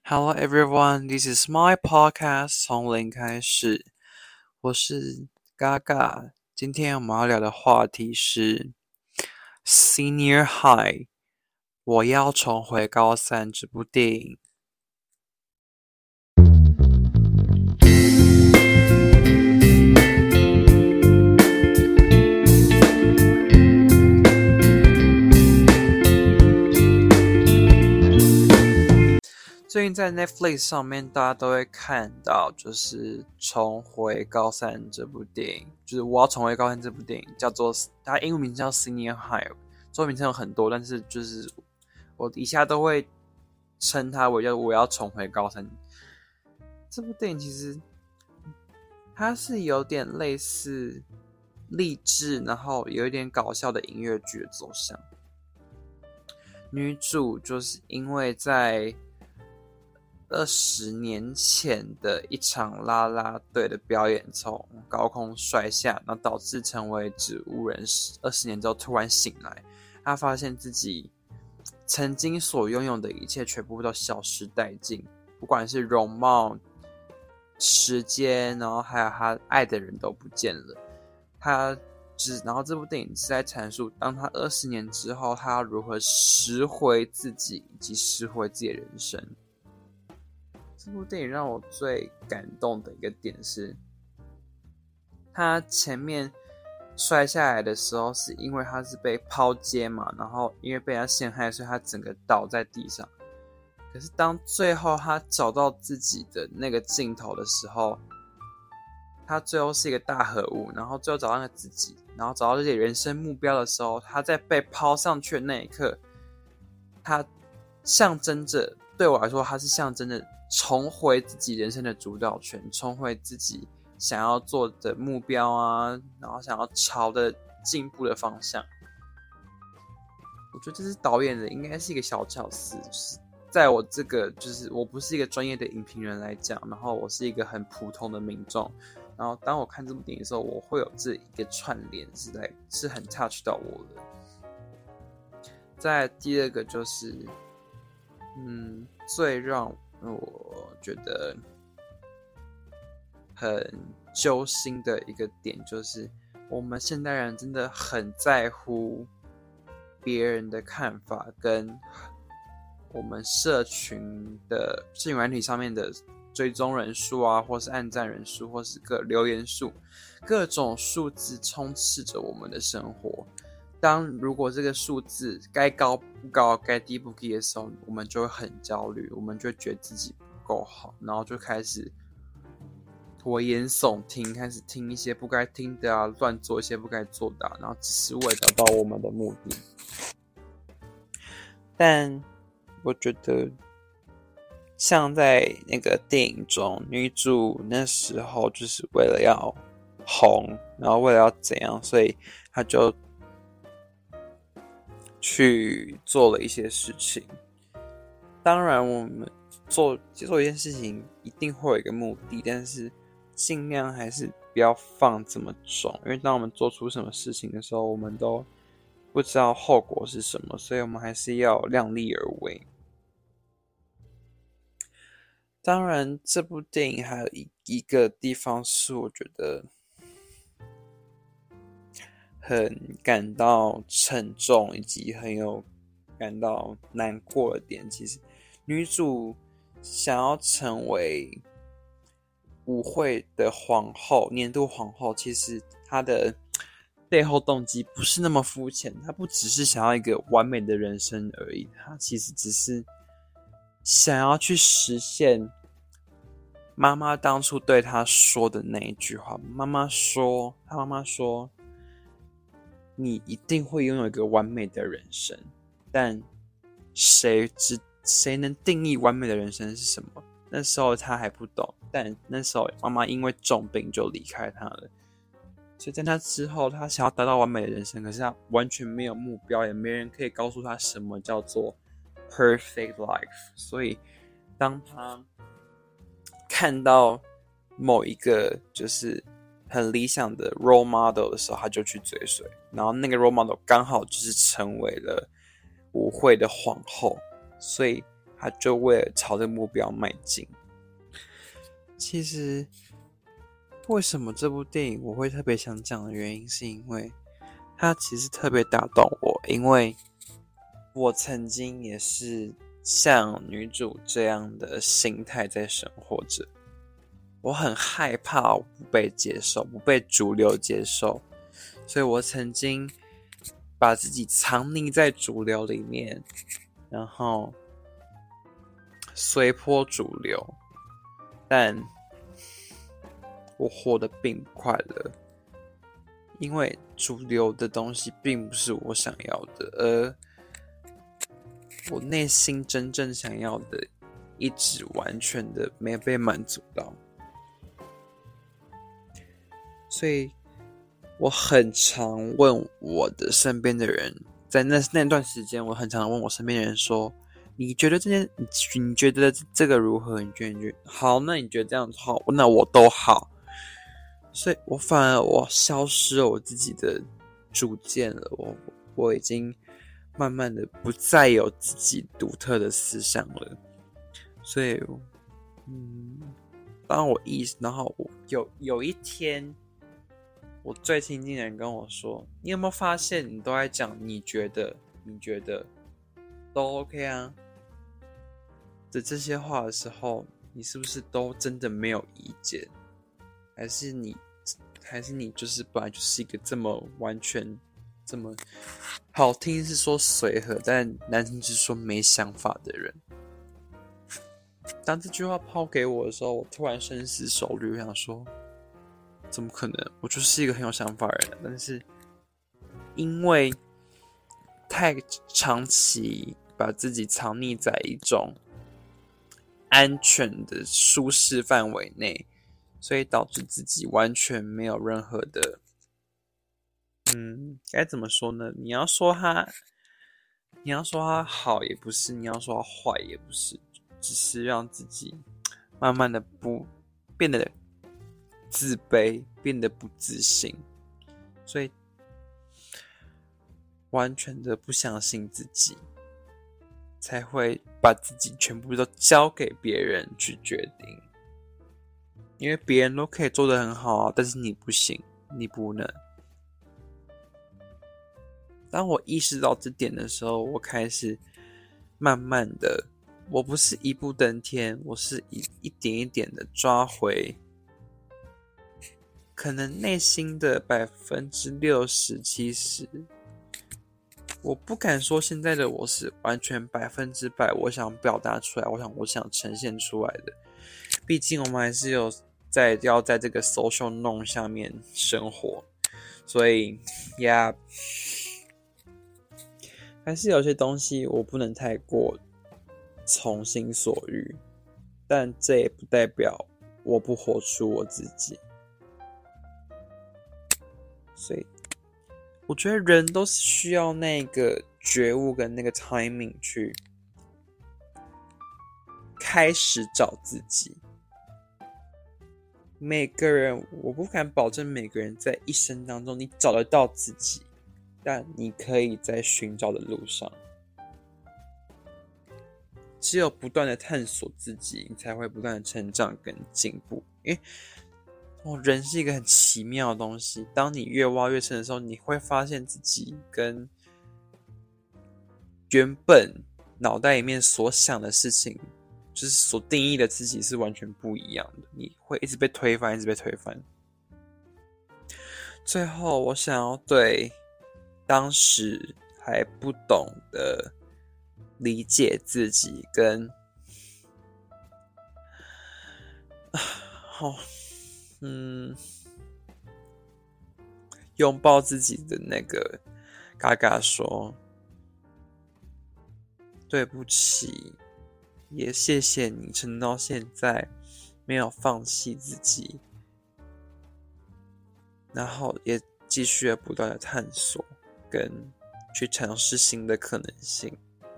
Hello everyone, this is my podcast 从零开始，我是 Gaga。今天我们要聊的话题是 Senior High，我要重回高三这部电影。最近在 Netflix 上面，大家都会看到，就是重回高三这部电影，就是我要重回高三这部电影，叫做它英文名叫 Senior High， 中文名称有很多，但是就是我以下都会称它为叫我要重回高三。这部电影其实它是有点类似励志，然后有一点搞笑的音乐剧的走向。女主就是因为在20年前的一场啦啦队的表演从高空摔下，然后导致成为植物人，20年之后突然醒来，他发现自己曾经所拥有的一切全部都消失殆尽，不管是容貌、时间，然后还有他爱的人都不见了。然后这部电影是在阐述，当他20年之后，他要如何拾回自己以及拾回自己的人生。这部电影让我最感动的一个点是，他前面摔下来的时候是因为他是被抛接嘛，然后因为被他陷害，所以他整个倒在地上。可是当最后他找到自己的那个尽头的时候，他最后是一个大合物，然后最后找到那个自己，然后找到自己人生目标的时候，他在被抛上去的那一刻，他象征着，对我来说，他是象征着重回自己人生的主导权，重回自己想要做的目标啊，然后想要朝的进步的方向。我觉得这是导演的应该是一个小巧思，就是在我这个就是我不是一个专业的影评人来讲，然后我是一个很普通的民众，然后当我看这部电影的时候，我会有这一个串联是很 touch 到我的。再来第二个就是最让我觉得很揪心的一个点就是，我们现代人真的很在乎别人的看法，跟我们社群软体上面的追踪人数啊，或是按赞人数，或是留言数，各种数字充斥着我们的生活。如果这个数字该高不高，该低不低的时候，我们就会很焦虑，我们就会觉得自己不够好，然后就开始危言耸听，开始听一些不该听的啊，乱做一些不该做的啊，然后只是为了达到我们的目的。但我觉得，像在那个电影中，女主那时候就是为了要红，然后为了要怎样，所以她就去做了一些事情。当然我们做一件事情一定会有一个目的，但是尽量还是不要放这么重，因为当我们做出什么事情的时候，我们都不知道后果是什么，所以我们还是要量力而为。当然这部电影还有一个地方是我觉得很感到沉重，以及很有感到难过的点。其实女主想要成为舞会的皇后，年度皇后，其实她的背后动机不是那么肤浅，她不只是想要一个完美的人生而已，她其实只是想要去实现妈妈当初对她说的那一句话。她妈妈说你一定会拥有一个完美的人生，但谁能定义完美的人生是什么？那时候他还不懂，但那时候妈妈因为重病就离开他了。所以在那之后，他想要达到完美的人生，可是他完全没有目标，也没人可以告诉他什么叫做 perfect life。所以当他看到某一个就是很理想的 role model 的时候，他就去追随，然后那个 role model 刚好就是成为了舞会的皇后，所以他就为了朝着目标迈进。其实为什么这部电影我会特别想讲的原因，是因为它其实特别打动我，因为我曾经也是像女主这样的心态在生活着。我很害怕不被接受，不被主流接受，所以我曾经把自己藏匿在主流里面，然后随波逐流，但我活得并不快乐，因为主流的东西并不是我想要的，而我内心真正想要的一直完全的没被满足到。所以我很常问我的身边的人，在那段时间，我很常问我身边的人说：“你觉得你觉得这个如何？你觉得好？那你觉得这样好？那我都好。”所以我反而我消失了我自己的主见了，我已经慢慢的不再有自己独特的思想了。所以，当我然后有一天。我最亲近的人跟我说：“你有没有发现，你都在讲你觉得都 OK 啊的这些话的时候，你是不是都真的没有意见？还是你就是本来就是一个这么完全这么好听是说随和，但难听是说没想法的人？”当这句话抛给我的时候，我突然深思熟虑，我想说。怎么可能？我就是一个很有想法的人，但是因为太长期把自己藏匿在一种安全的舒适范围内，所以导致自己完全没有任何的，该怎么说呢？你要说他好也不是，你要说他坏也不是，只是让自己慢慢的不变得自卑，变得不自信，所以完全的不相信自己，才会把自己全部都交给别人去决定。因为别人都可以做得很好啊，但是你不行，你不能。当我意识到这点的时候，我开始慢慢的，我不是一步登天，我是一点一点的抓回可能内心的60%-70%，我不敢说现在的我是完全100%我想表达出来，我想呈现出来的。毕竟我们还是要在这个 social norm 下面生活，所以还是有些东西我不能太过从心所欲，但这也不代表我不活出我自己。所以我觉得人都是需要那个觉悟跟那个 timing 去开始找自己。每个人，我不敢保证每个人在一生当中你找得到自己，但你可以在寻找的路上。只有不断的探索自己，你才会不断的成长跟进步。因为人是一个很奇妙的东西，当你越挖越深的时候，你会发现自己跟原本脑袋里面所想的事情，就是所定义的自己是完全不一样的，你会一直被推翻，一直被推翻。最后，我想要对当时还不懂得理解自己跟拥抱自己的那个嘎嘎说对不起，也谢谢你撑到现在没有放弃自己，然后也继续不断的探索跟去尝试新的可能性。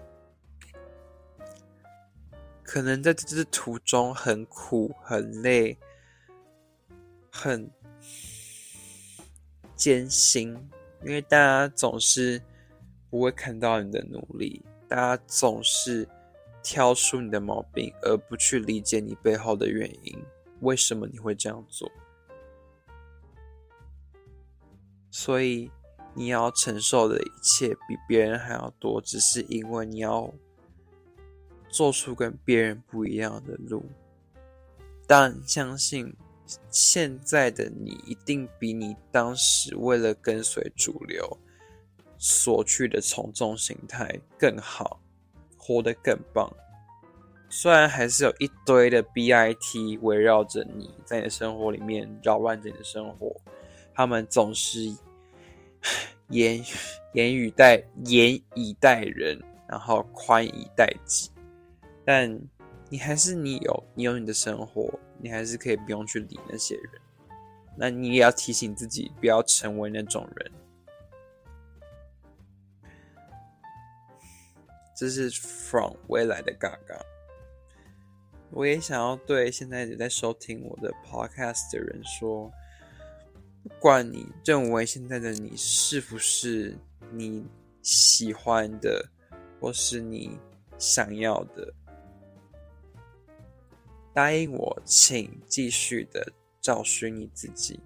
可能在这途中很苦很累很艰辛，因为大家总是不会看到你的努力，大家总是挑出你的毛病，而不去理解你背后的原因，为什么你会这样做。所以你要承受的一切比别人还要多，只是因为你要做出跟别人不一样的路。但相信现在的你一定比你当时为了跟随主流所去的从众心态更好，活得更棒。虽然还是有一堆的 BIT 围绕着你，在你的生活里面扰乱着你的生活，他们总是严以待人，然后宽以待己。但你有你的生活，你还是可以不用去理那些人。那你也要提醒自己，不要成为那种人。这是 from 未来的嘎嘎。我也想要对现在也在收听我的 podcast 的人说，不管你认为现在的你是不是你喜欢的，或是你想要的，答应我，请继续的找寻你自己。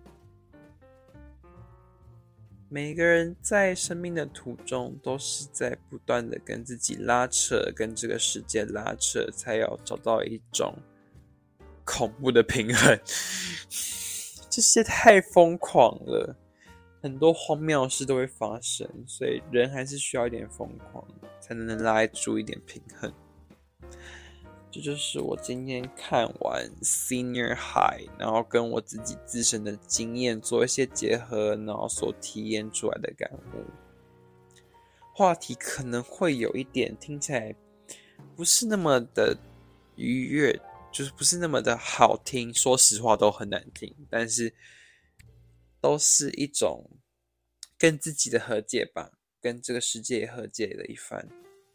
每个人在生命的途中都是在不断的跟自己拉扯，跟这个世界拉扯，才要找到一种恐怖的平衡。这些太疯狂了，很多荒谬的事都会发生，所以人还是需要一点疯狂，才能拉住一点平衡。这就是我今天看完 Senior High， 然后跟我自己自身的经验做一些结合，然后所体验出来的感悟。话题可能会有一点听起来不是那么的愉悦，就是不是那么的好听，说实话都很难听，但是都是一种跟自己的和解吧，跟这个世界也和解的一番。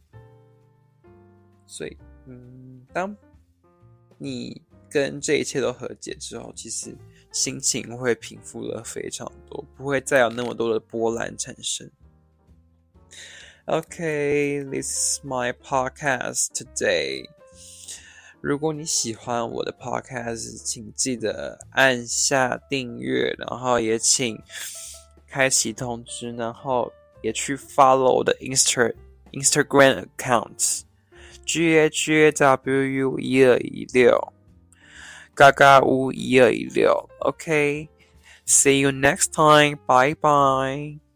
所以当你跟这一切都和解之后，其实心情会平复了非常多，不会再有那么多的波澜产生。Okay, this is my podcast today. 如果你喜欢我的 podcast， 请记得按下订阅，然后也请开启通知，然后也去 follow 我的 Instagram accounts。GHAW1216 嘎嘎呜1216 OK, see you next time. Bye bye.